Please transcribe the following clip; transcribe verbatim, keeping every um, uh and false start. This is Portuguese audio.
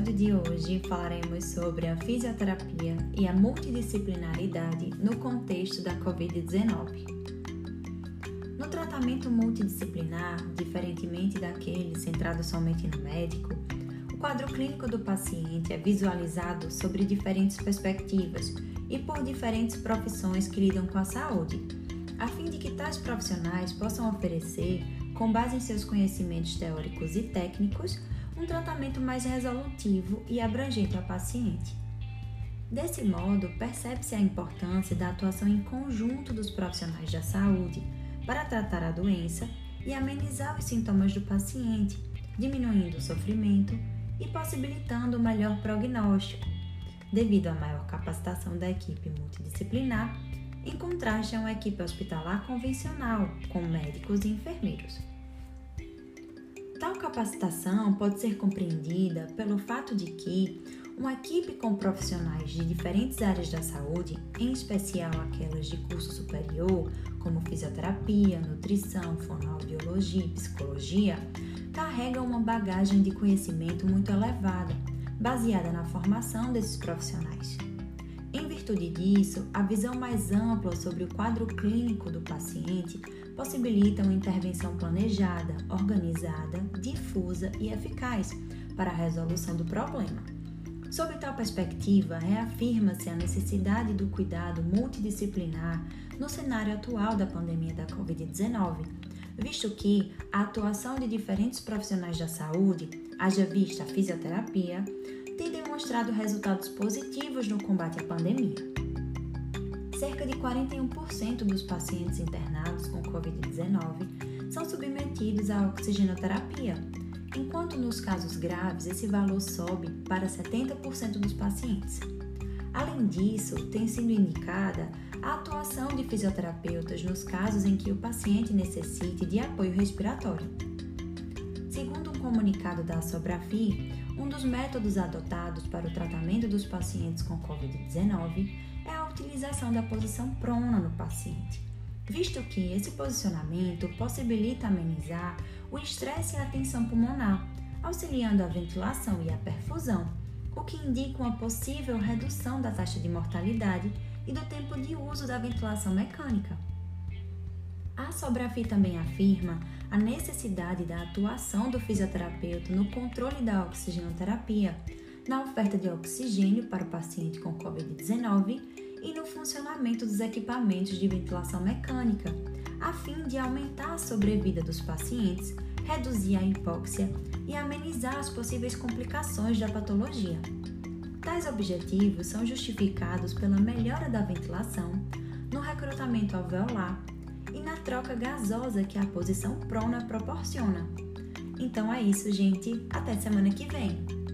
episódio de hoje falaremos sobre a fisioterapia e a multidisciplinaridade no contexto da covid dezenove. No tratamento multidisciplinar, diferentemente daquele centrado somente no médico, o quadro clínico do paciente é visualizado sobre diferentes perspectivas e por diferentes profissões que lidam com a saúde, a fim de que tais profissionais possam oferecer, com base em seus conhecimentos teóricos e técnicos, um tratamento mais resolutivo e abrangente ao paciente. Desse modo, percebe-se a importância da atuação em conjunto dos profissionais da saúde para tratar a doença e amenizar os sintomas do paciente, diminuindo o sofrimento e possibilitando o melhor prognóstico, devido à maior capacitação da equipe multidisciplinar, em contraste a uma equipe hospitalar convencional, com médicos e enfermeiros. Tal capacitação pode ser compreendida pelo fato de que uma equipe com profissionais de diferentes áreas da saúde, em especial aquelas de curso superior, como fisioterapia, nutrição, fonoaudiologia e psicologia, carrega uma bagagem de conhecimento muito elevada, baseada na formação desses profissionais. Em virtude disso, a visão mais ampla sobre o quadro clínico do paciente possibilita uma intervenção planejada, organizada, difusa e eficaz para a resolução do problema. Sob tal perspectiva, reafirma-se a necessidade do cuidado multidisciplinar no cenário atual da pandemia da covid dezenove, visto que a atuação de diferentes profissionais da saúde, haja vista a fisioterapia, tem demonstrado resultados positivos no combate à pandemia. Cerca de quarenta e um por cento dos pacientes internados com covid dezenove são submetidos à oxigenoterapia, enquanto nos casos graves esse valor sobe para setenta por cento dos pacientes. Além disso, tem sido indicada a atuação de fisioterapeutas nos casos em que o paciente necessite de apoio respiratório. Segundo um comunicado da Sobrafi, um dos métodos adotados para o tratamento dos pacientes com covid dezenove é a utilização da posição prona no paciente, visto que esse posicionamento possibilita amenizar o estresse e a tensão pulmonar, auxiliando a ventilação e a perfusão, o que indica uma possível redução da taxa de mortalidade e do tempo de uso da ventilação mecânica. A Sobrafi também afirma a necessidade da atuação do fisioterapeuta no controle da oxigenoterapia, na oferta de oxigênio para o paciente com covid dezenove e no funcionamento dos equipamentos de ventilação mecânica, a fim de aumentar a sobrevida dos pacientes, reduzir a hipóxia e amenizar as possíveis complicações da patologia. Tais objetivos são justificados pela melhora da ventilação, no recrutamento alveolar e na troca gasosa que a posição prona proporciona. Então é isso, gente. Até semana que vem!